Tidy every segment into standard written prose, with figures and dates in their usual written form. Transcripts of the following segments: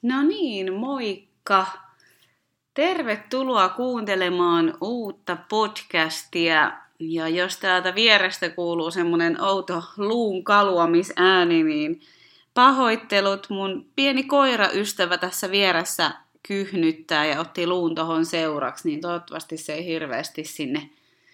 No niin, moikka! Tervetuloa kuuntelemaan uutta podcastia. Ja jos täältä vierestä kuuluu semmonen outo luun kaluamisääni, niin pahoittelut. Mun pieni koiraystävä tässä vieressä kyhnyttää ja otti luun tohon seuraksi, niin toivottavasti se ei hirveästi sinne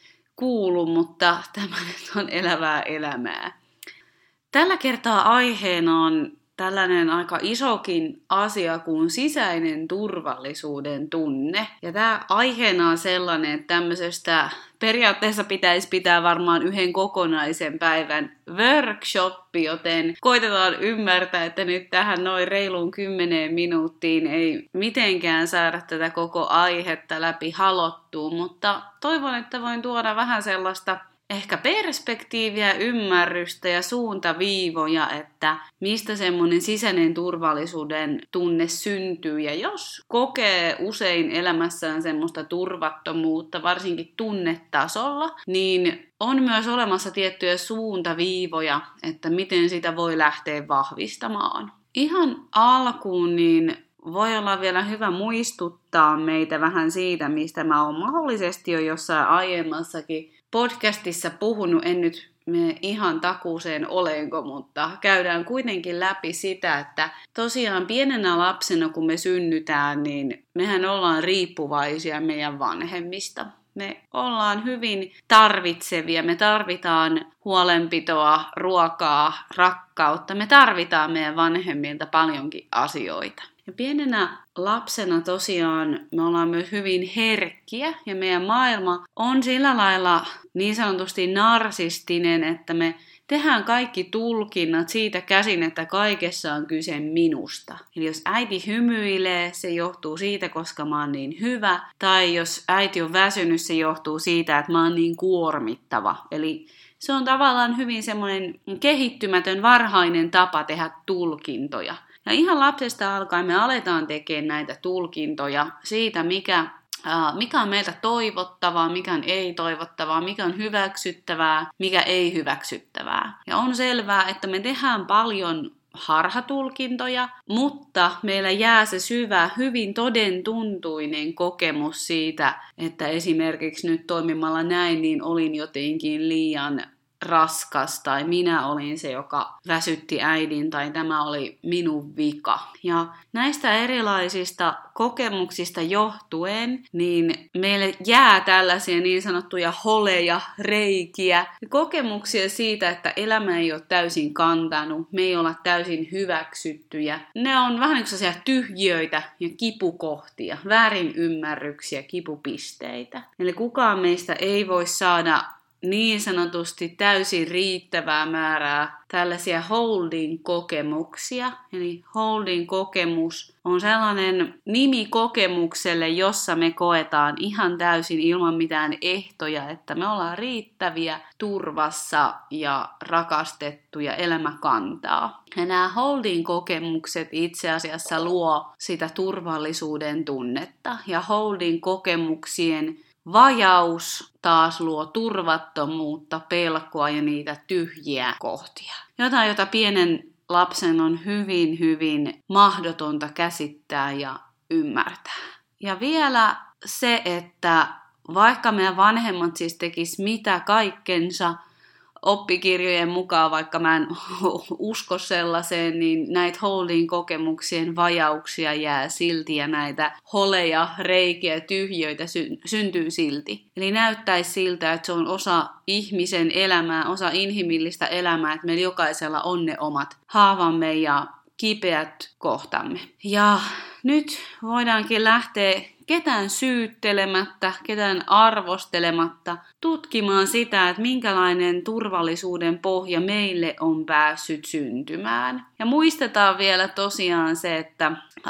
kuulu, mutta tämä nyt on elävää elämää. Tällä kertaa aiheena on tällainen aika isokin asia kuin sisäinen turvallisuuden tunne. Ja tämä aiheena on sellainen, että tämmöisestä periaatteessa pitäisi pitää varmaan yhden kokonaisen päivän workshoppi, joten koitetaan ymmärtää, että nyt tähän noin reiluun 10 minuuttiin ei mitenkään saada tätä koko aihetta läpi halottua, mutta toivon, että voin tuoda vähän sellaista ehkä perspektiiviä, ymmärrystä ja suuntaviivoja, että mistä semmoinen sisäinen turvallisuuden tunne syntyy. Ja jos kokee usein elämässään semmoista turvattomuutta, varsinkin tunnetasolla, niin on myös olemassa tiettyjä suuntaviivoja, että miten sitä voi lähteä vahvistamaan. Ihan alkuun niin voi olla vielä hyvä muistuttaa meitä vähän siitä, mistä mä oon mahdollisesti jo jossain aiemmassakin podcastissa puhunut. En nyt mene ihan takuuseen olenko, mutta käydään kuitenkin läpi sitä, että tosiaan pienenä lapsena kun me synnytään, niin mehän ollaan riippuvaisia meidän vanhemmista. Me ollaan hyvin tarvitsevia, me tarvitaan huolenpitoa, ruokaa, rakkautta, me tarvitaan meidän vanhemmilta paljonkin asioita. Ja pienenä lapsena tosiaan me ollaan myös hyvin herkkiä ja meidän maailma on sillä lailla niin sanotusti narsistinen, että me tehdään kaikki tulkinnat siitä käsin, että kaikessa on kyse minusta. Eli jos äiti hymyilee, se johtuu siitä, koska mä oon niin hyvä. Tai jos äiti on väsynyt, se johtuu siitä, että mä oon niin kuormittava. Eli se on tavallaan hyvin semmoinen kehittymätön varhainen tapa tehdä tulkintoja. Ja ihan lapsesta alkaen me aletaan tekemään näitä tulkintoja siitä, mikä on meiltä toivottavaa, mikä on ei-toivottavaa, mikä on hyväksyttävää, mikä ei hyväksyttävää. Ja on selvää, että me tehdään paljon harhatulkintoja, mutta meillä jää se syvä, hyvin todentuntuinen kokemus siitä, että esimerkiksi nyt toimimalla näin, niin olin jotenkin liian raskas tai minä olin se, joka väsytti äidin tai tämä oli minun vika. Ja näistä erilaisista kokemuksista johtuen, niin meille jää tällaisia niin sanottuja holeja, reikiä, kokemuksia siitä, että elämä ei ole täysin kantanut, me ei olla täysin hyväksyttyjä. Ne on vähän niin kuin sellaisia tyhjiöitä ja kipukohtia, väärinymmärryksiä, kipupisteitä. Eli kukaan meistä ei voi saada niin sanotusti täysin riittävää määrää tällaisia holding-kokemuksia. Eli holding-kokemus on sellainen nimi kokemukselle, jossa me koetaan ihan täysin ilman mitään ehtoja, että me ollaan riittäviä, turvassa ja rakastettuja, elämä kantaa. Ja nämä holding-kokemukset itse asiassa luo sitä turvallisuuden tunnetta. Ja holding-kokemuksien vajaus taas luo turvattomuutta, pelkoa ja niitä tyhjiä kohtia. Jotain, jota pienen lapsen on hyvin, hyvin mahdotonta käsittää ja ymmärtää. Ja vielä se, että vaikka meidän vanhemmat siis tekis mitä kaikkensa oppikirjojen mukaan, vaikka mä en usko sellaiseen, niin näitä holding-kokemuksien vajauksia jää silti ja näitä holeja, reikiä, tyhjöitä syntyy silti. Eli näyttäisi siltä, että se on osa ihmisen elämää, osa inhimillistä elämää, että meillä jokaisella on ne omat haavamme ja kipeät kohtamme. Ja nyt voidaankin lähteä ketään syyttelemättä, ketään arvostelematta, tutkimaan sitä, että minkälainen turvallisuuden pohja meille on päässyt syntymään. Ja muistetaan vielä tosiaan se, että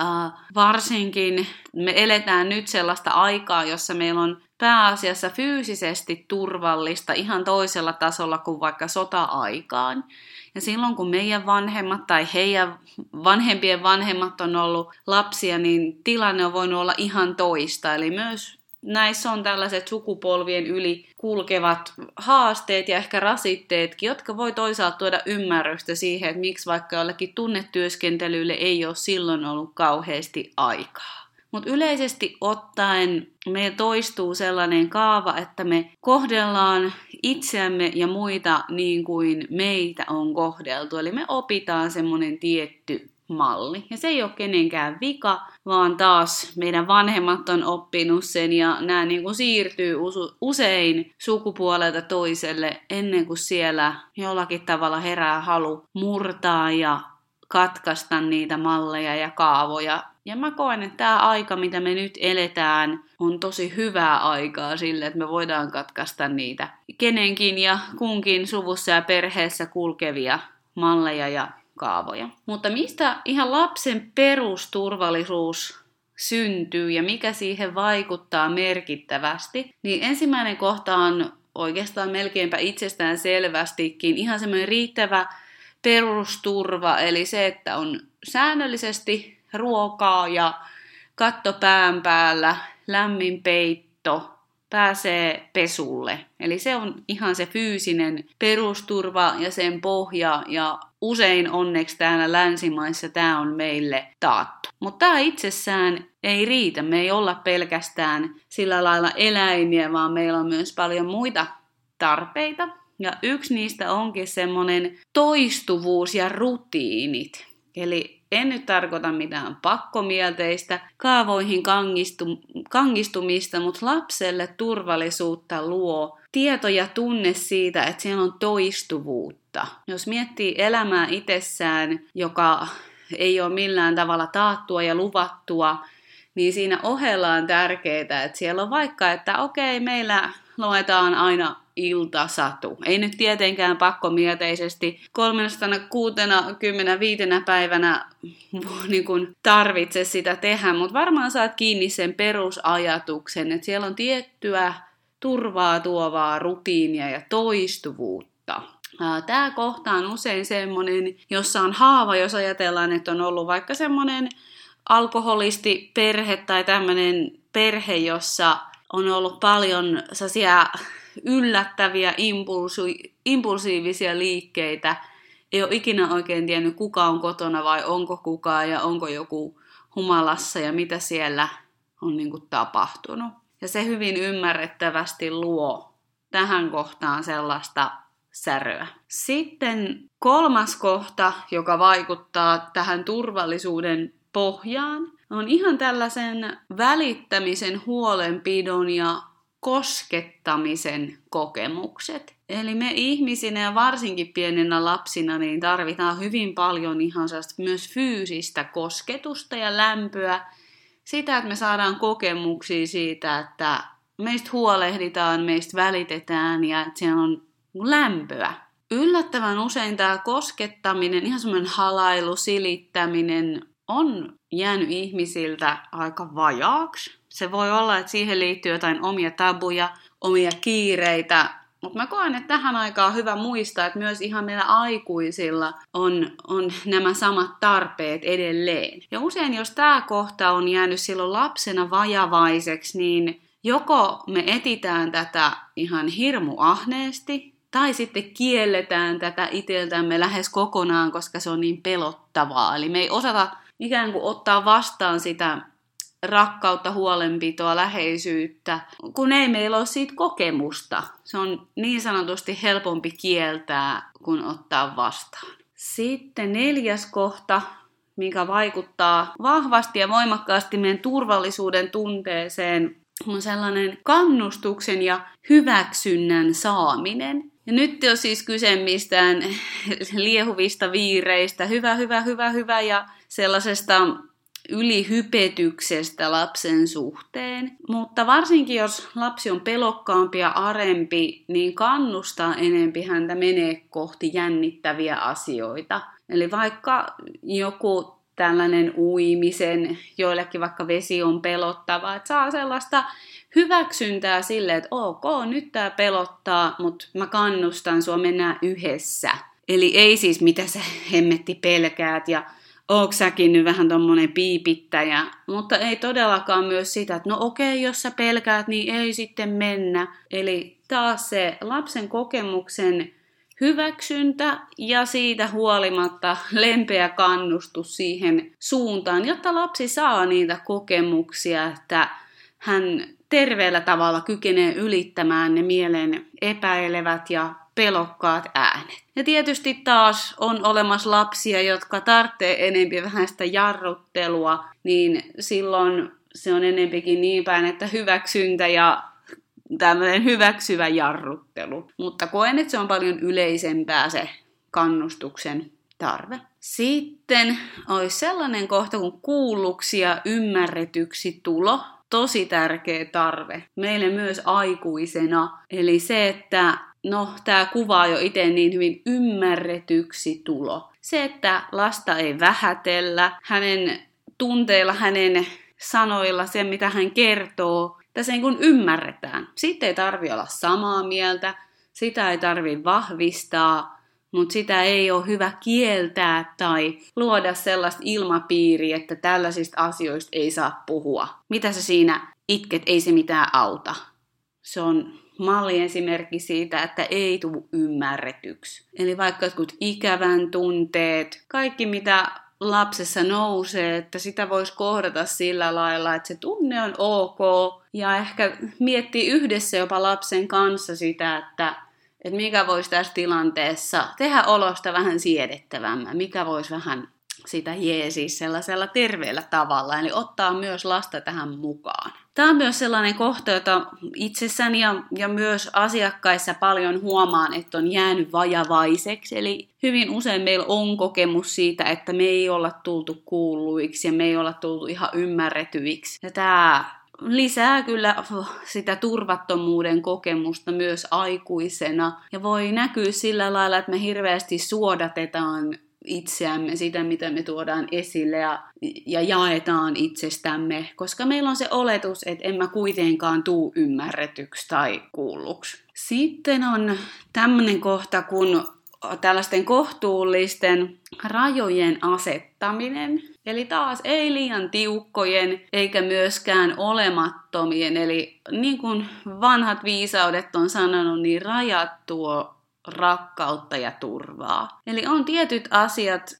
varsinkin me eletään nyt sellaista aikaa, jossa meillä on pääasiassa fyysisesti turvallista ihan toisella tasolla kuin vaikka sota-aikaan. Ja silloin kun meidän vanhemmat tai heidän vanhempien vanhemmat on ollut lapsia, niin tilanne on voinut olla ihan toista. Eli myös näissä on tällaiset sukupolvien yli kulkevat haasteet ja ehkä rasitteetkin, jotka voi toisaalta tuoda ymmärrystä siihen, että miksi vaikka jollekin tunnetyöskentelylle ei ole silloin ollut kauheasti aikaa. Mutta yleisesti ottaen meillä toistuu sellainen kaava, että me kohdellaan itseämme ja muita niin kuin meitä on kohdeltu. Eli me opitaan semmoinen tietty malli. Ja se ei ole kenenkään vika, vaan taas meidän vanhemmat on oppinut sen ja nämä niin kuin siirtyy usein sukupuolelta toiselle ennen kuin siellä jollakin tavalla herää halu murtaa ja katkaista niitä malleja ja kaavoja. Ja mä koen, että tämä aika, mitä me nyt eletään, on tosi hyvää aikaa sille, että me voidaan katkaista niitä kenenkin ja kunkin suvussa ja perheessä kulkevia malleja ja kaavoja. Mutta mistä ihan lapsen perusturvallisuus syntyy ja mikä siihen vaikuttaa merkittävästi, niin ensimmäinen kohta on oikeastaan melkeinpä itsestään selvästikin ihan semmoinen riittävä perusturva, eli se, että on säännöllisesti ruokaa ja katto pään päällä, lämmin peitto, pääsee pesulle. Eli se on ihan se fyysinen perusturva ja sen pohja, ja usein onneksi täällä länsimaissa tämä on meille taattu. Mutta tämä itsessään ei riitä. Me ei olla pelkästään sillä lailla eläimiä, vaan meillä on myös paljon muita tarpeita. Ja yksi niistä onkin semmoinen toistuvuus ja rutiinit. Eli en nyt tarkoita mitään pakkomielteistä, kaavoihin kangistumista, mutta lapselle turvallisuutta luo tieto ja tunne siitä, että siellä on toistuvuutta. Jos miettii elämää itsessään, joka ei ole millään tavalla taattua ja luvattua, niin siinä ohella on tärkeää, että siellä on vaikka, että okei, meillä luetaan aina iltasatu. Ei nyt tietenkään pakkomielteisesti 365 päivänä niin kuin tarvitse sitä tehdä, mutta varmaan saat kiinni sen perusajatuksen, että siellä on tiettyä turvaa tuovaa rutiinia ja toistuvuutta. Tämä kohta on usein semmoinen, jossa on haava, jos ajatellaan, että on ollut vaikka semmoinen alkoholistiperhe tai tämmöinen perhe, jossa on ollut paljon sellaisia yllättäviä impulsiivisia liikkeitä. Ei ole ikinä oikein tiennyt, kuka on kotona vai onko kukaan ja onko joku humalassa ja mitä siellä on niin kuin tapahtunut. Ja se hyvin ymmärrettävästi luo tähän kohtaan sellaista säröä. Sitten kolmas kohta, joka vaikuttaa tähän turvallisuuden pohjaan, on ihan tällaisen välittämisen, huolenpidon ja koskettamisen kokemukset. Eli me ihmisinä ja varsinkin pienenä lapsina niin tarvitaan hyvin paljon ihan myös fyysistä kosketusta ja lämpöä. Sitä, että me saadaan kokemuksia siitä, että meistä huolehditaan, meistä välitetään ja että siellä on lämpöä. Yllättävän usein tämä koskettaminen, ihan semmoinen halailu, silittäminen on jäänyt ihmisiltä aika vajaaksi. Se voi olla, että siihen liittyy jotain omia tabuja, omia kiireitä, mutta mä koen, että tähän aikaan on hyvä muistaa, että myös ihan meillä aikuisilla on nämä samat tarpeet edelleen. Ja usein, jos tämä kohta on jäänyt silloin lapsena vajavaiseksi, niin joko me etitään tätä ihan hirmuahneesti, tai sitten kielletään tätä itseltämme lähes kokonaan, koska se on niin pelottavaa. Eli me ei osata ikään kuin ottaa vastaan sitä rakkautta, huolenpitoa, läheisyyttä, kun ei meillä ole siitä kokemusta. Se on niin sanotusti helpompi kieltää kuin ottaa vastaan. Sitten 4. kohta, mikä vaikuttaa vahvasti ja voimakkaasti meidän turvallisuuden tunteeseen, on sellainen kannustuksen ja hyväksynnän saaminen. Ja nyt ei ole siis kyse mistään liehuvista viireistä, hyvä ja sellaisesta ylihypetyksestä lapsen suhteen. Mutta varsinkin jos lapsi on pelokkaampi ja arempi, niin kannustaa enempi häntä menee kohti jännittäviä asioita. Eli vaikka joku tällainen uimisen, joillekin vaikka vesi on pelottava, että saa sellaista hyväksyntää sille, että ok, nyt tää pelottaa, mutta mä kannustan sua, mennään yhdessä. Eli ei siis mitä sä hemmetti pelkäät ja ootko säkin nyt vähän tommonen piipittäjä, mutta ei todellakaan myös sitä, että no okei, jos sä pelkäät, niin ei sitten mennä. Eli taas se lapsen kokemuksen hyväksyntä ja siitä huolimatta lempeä kannustus siihen suuntaan, jotta lapsi saa niitä kokemuksia, että hän terveellä tavalla kykenee ylittämään ne mielen epäilevät ja pelokkaat äänet. Ja tietysti taas on olemassa lapsia, jotka tarvitsee enempi vähän sitä jarruttelua, niin silloin se on enempikin niin päin, että hyväksyntä ja tämmöinen hyväksyvä jarruttelu. Mutta koen, että se on paljon yleisempää se kannustuksen tarve. Sitten olisi sellainen kohta kuin kuulluksi ja ymmärretyksi tulo. Tosi tärkeä tarve meille myös aikuisena. Eli se, että tämä kuvaa jo itse niin hyvin ymmärretyksi tulo. Se, että lasta ei vähätellä, hänen tunteilla, hänen sanoilla, se mitä hän kertoo, että se niin kuin ymmärretään. Siitä ei tarvitse olla samaa mieltä, sitä ei tarvitse vahvistaa, mutta sitä ei ole hyvä kieltää tai luoda sellaista ilmapiiriä, että tällaisista asioista ei saa puhua. Mitä sä siinä itket, ei se mitään auta. Se on malliesimerkki siitä, että ei tule ymmärretyksi. Eli vaikka jotkut ikävän tunteet, kaikki mitä lapsessa nousee, että sitä voisi kohdata sillä lailla, että se tunne on ok ja ehkä miettii yhdessä jopa lapsen kanssa sitä, että mikä voisi tässä tilanteessa tehdä olosta vähän siedettävämmän, mikä voisi vähän sitä jeesiä sellaisella terveellä tavalla, eli ottaa myös lasta tähän mukaan. Tämä on myös sellainen kohta, jota itsessäni ja myös asiakkaissa paljon huomaan, että on jäänyt vajavaiseksi. Eli hyvin usein meillä on kokemus siitä, että me ei olla tultu kuulluiksi ja me ei olla tultu ihan ymmärretyiksi. Ja tämä lisää kyllä sitä turvattomuuden kokemusta myös aikuisena ja voi näkyä sillä lailla, että me hirveästi suodatetaan itseämme, sitä mitä me tuodaan esille ja jaetaan itsestämme, koska meillä on se oletus, että en mä kuitenkaan tuu ymmärretyksi tai kuulluksi. Sitten on tämmöinen kohta, kun tällaisten kohtuullisten rajojen asettaminen, eli taas ei liian tiukkojen eikä myöskään olemattomien, eli niin kuin vanhat viisaudet on sanonut, niin rajat tuo rakkautta ja turvaa. Eli on tietyt asiat,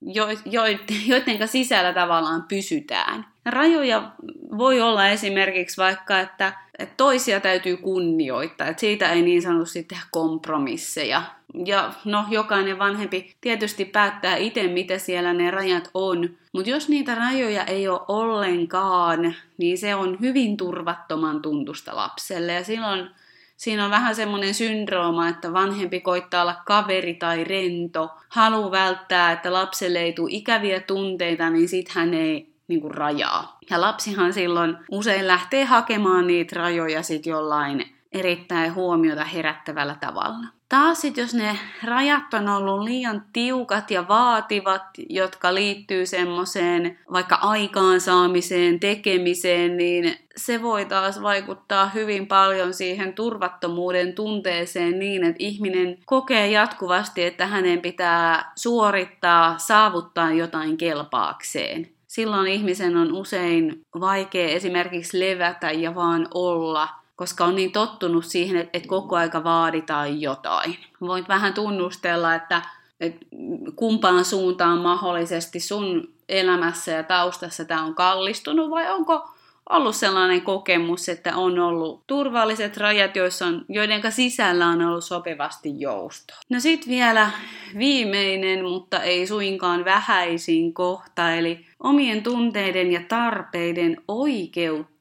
joiden sisällä tavallaan pysytään. Rajoja voi olla esimerkiksi vaikka, että toisia täytyy kunnioittaa, että siitä ei niin sanotusti tehdä kompromisseja. Ja jokainen vanhempi tietysti päättää itse, mitä siellä ne rajat on. Mutta jos niitä rajoja ei ole ollenkaan, niin se on hyvin turvattoman tuntusta lapselle. Ja silloin siinä on vähän semmoinen syndrooma, että vanhempi koittaa olla kaveri tai rento, haluaa välttää, että lapselle ei tule ikäviä tunteita, niin sit hän ei niinku rajaa. Ja lapsihan silloin usein lähtee hakemaan niitä rajoja sit jollain erittäin huomiota herättävällä tavalla. Taas sit, jos ne rajat on ollut liian tiukat ja vaativat, jotka liittyy semmoiseen vaikka aikaansaamiseen, tekemiseen, niin se voi taas vaikuttaa hyvin paljon siihen turvattomuuden tunteeseen niin, että ihminen kokee jatkuvasti, että hänen pitää suorittaa, saavuttaa jotain kelpaakseen. Silloin ihmisen on usein vaikea esimerkiksi levätä ja vaan olla, koska on niin tottunut siihen, että koko aika vaaditaan jotain. Voit vähän tunnustella, että kumpaan suuntaan mahdollisesti sun elämässä ja taustassa tämä on kallistunut, vai onko ollut sellainen kokemus, että on ollut turvalliset rajat, joiden sisällä on ollut sopivasti joustoa. No sitten vielä viimeinen, mutta ei suinkaan vähäisin kohta, eli omien tunteiden ja tarpeiden oikeuttaminen.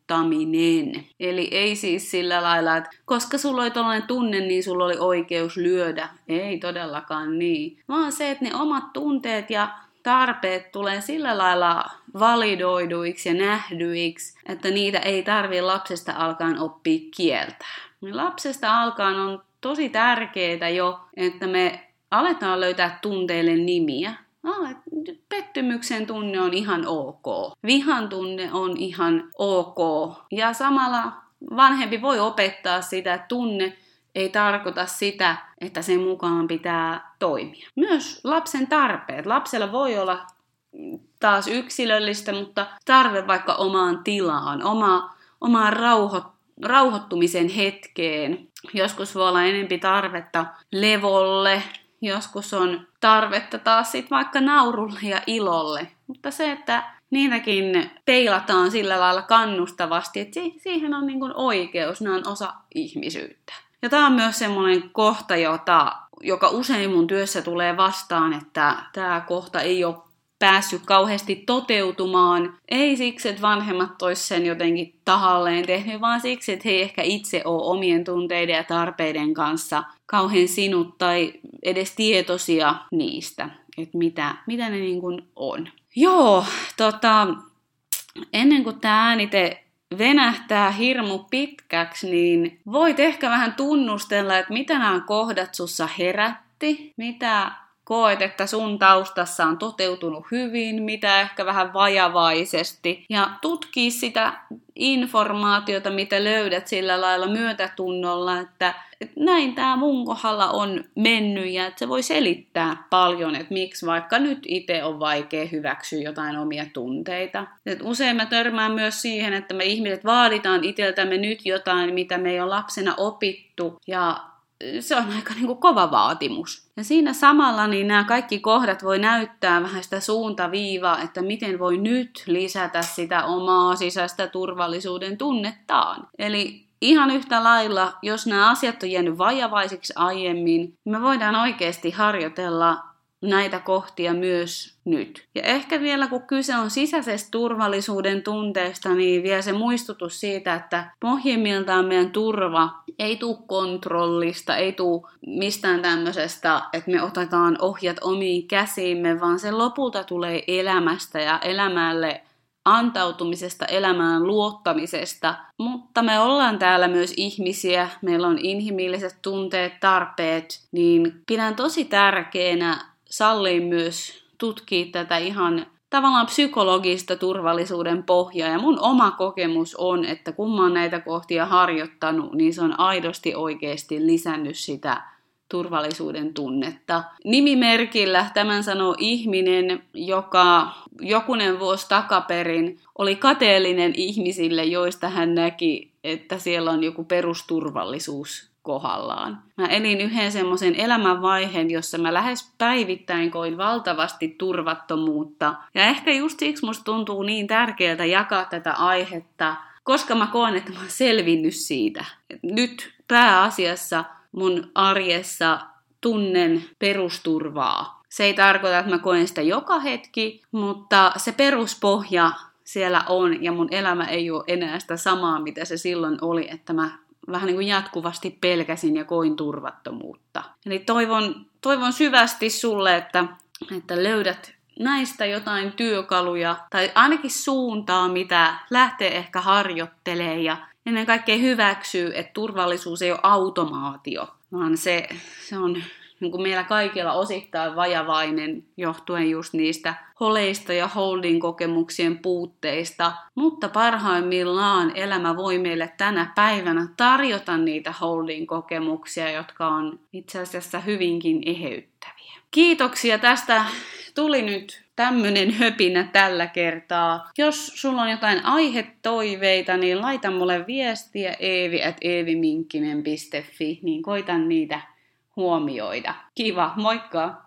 Eli ei siis sillä lailla, että koska sulla oli tällainen tunne, niin sulla oli oikeus lyödä. Ei todellakaan niin. Vaan se, että ne omat tunteet ja tarpeet tulee sillä lailla validoiduiksi ja nähdyiksi, että niitä ei tarvitse lapsesta alkaen oppia kieltää. Lapsesta alkaen on tosi tärkeää jo, että me aletaan löytää tunteille nimiä. Pettymyksen tunne on ihan ok. Vihan tunne on ihan ok. Ja samalla vanhempi voi opettaa sitä, että tunne ei tarkoita sitä, että sen mukaan pitää toimia. Myös lapsen tarpeet. Lapsella voi olla taas yksilöllistä, mutta tarve vaikka omaan tilaan, omaan rauhoittumisen hetkeen. Joskus voi olla enempi tarvetta levolle, joskus on tarvetta taas sit vaikka naurulle ja ilolle. Mutta se, että niitäkin peilataan sillä lailla kannustavasti, että siihen on niin kuin oikeus, ne on osa ihmisyyttä. Ja tämä on myös semmoinen kohta, joka usein mun työssä tulee vastaan, että tämä kohta ei ole päässyt kauheasti toteutumaan. Ei siksi, että vanhemmat olisi sen jotenkin tahalleen tehnyt, vaan siksi, että he ei ehkä itse ole omien tunteiden ja tarpeiden kanssa kauhean sinut tai edes tietoisia niistä, että mitä ne niin kuin on. Joo, ennen kuin tämä äänite venähtää hirmu pitkäksi, niin voit ehkä vähän tunnustella, että mitä nämä kohdat sussa herätti, mitä koet, että sun taustassa on toteutunut hyvin, mitä ehkä vähän vajavaisesti. Ja tutkii sitä informaatiota, mitä löydät sillä lailla myötätunnolla, että näin tämä mun kohdalla on mennyt ja että se voi selittää paljon, että miksi vaikka nyt itse on vaikea hyväksyä jotain omia tunteita. Et usein mä törmään myös siihen, että me ihmiset vaaditaan itseltämme nyt jotain, mitä me ei ole lapsena opittu ja se on aika niin kuin kova vaatimus. Ja siinä samalla niin nämä kaikki kohdat voi näyttää vähän sitä suuntaviivaa, että miten voi nyt lisätä sitä omaa sisäistä turvallisuuden tunnettaan. Eli ihan yhtä lailla, jos nämä asiat on jäänyt vajavaisiksi aiemmin, me voidaan oikeasti harjoitella näitä kohtia myös nyt. Ja ehkä vielä kun kyse on sisäisestä turvallisuuden tunteesta, niin vielä se muistutus siitä, että pohjimmiltaan meidän turva ei tule kontrollista, ei tule mistään tämmöisestä, että me otetaan ohjat omiin käsiimme, vaan se lopulta tulee elämästä ja elämälle antautumisesta, elämään luottamisesta. Mutta me ollaan täällä myös ihmisiä, meillä on inhimilliset tunteet, tarpeet, niin pidän tosi tärkeänä salliin myös tutkia tätä ihan tavallaan psykologista turvallisuuden pohjaa. Ja mun oma kokemus on, että kun mä oon näitä kohtia harjoittanut, niin se on aidosti oikeasti lisännyt sitä turvallisuuden tunnetta. Nimimerkillä tämän sanoo ihminen, joka jokunen vuosi takaperin oli kateellinen ihmisille, joista hän näki, että siellä on joku perusturvallisuus kohdallaan. Mä elin yhden semmoisen elämänvaiheen, jossa mä lähes päivittäin koin valtavasti turvattomuutta. Ja ehkä just siksi musta tuntuu niin tärkeältä jakaa tätä aihetta, koska mä koen, että mä oon selvinnyt siitä. Nyt pääasiassa mun arjessa tunnen perusturvaa. Se ei tarkoita, että mä koen sitä joka hetki, mutta se peruspohja siellä on ja mun elämä ei ole enää sitä samaa, mitä se silloin oli, että mä vähän niin kuin jatkuvasti pelkäsin ja koin turvattomuutta. Eli toivon syvästi sulle, että löydät näistä jotain työkaluja tai ainakin suuntaa, mitä lähtee ehkä harjoittelemaan ja ennen kaikkea hyväksyy, että turvallisuus ei ole automaatio, vaan se on niin kuin meillä kaikilla osittain vajavainen johtuen just niistä holeista ja holding-kokemuksien puutteista. Mutta parhaimmillaan elämä voi meille tänä päivänä tarjota niitä holding-kokemuksia, jotka on itse asiassa hyvinkin eheyttäviä. Kiitoksia tästä. Tuli nyt tämmönen höpinä tällä kertaa. Jos sulla on jotain aihetoiveita, niin laita mulle viestiä eevi@eeviminkkinen.fi, niin koitan niitä huomioida. Kiva, moikka!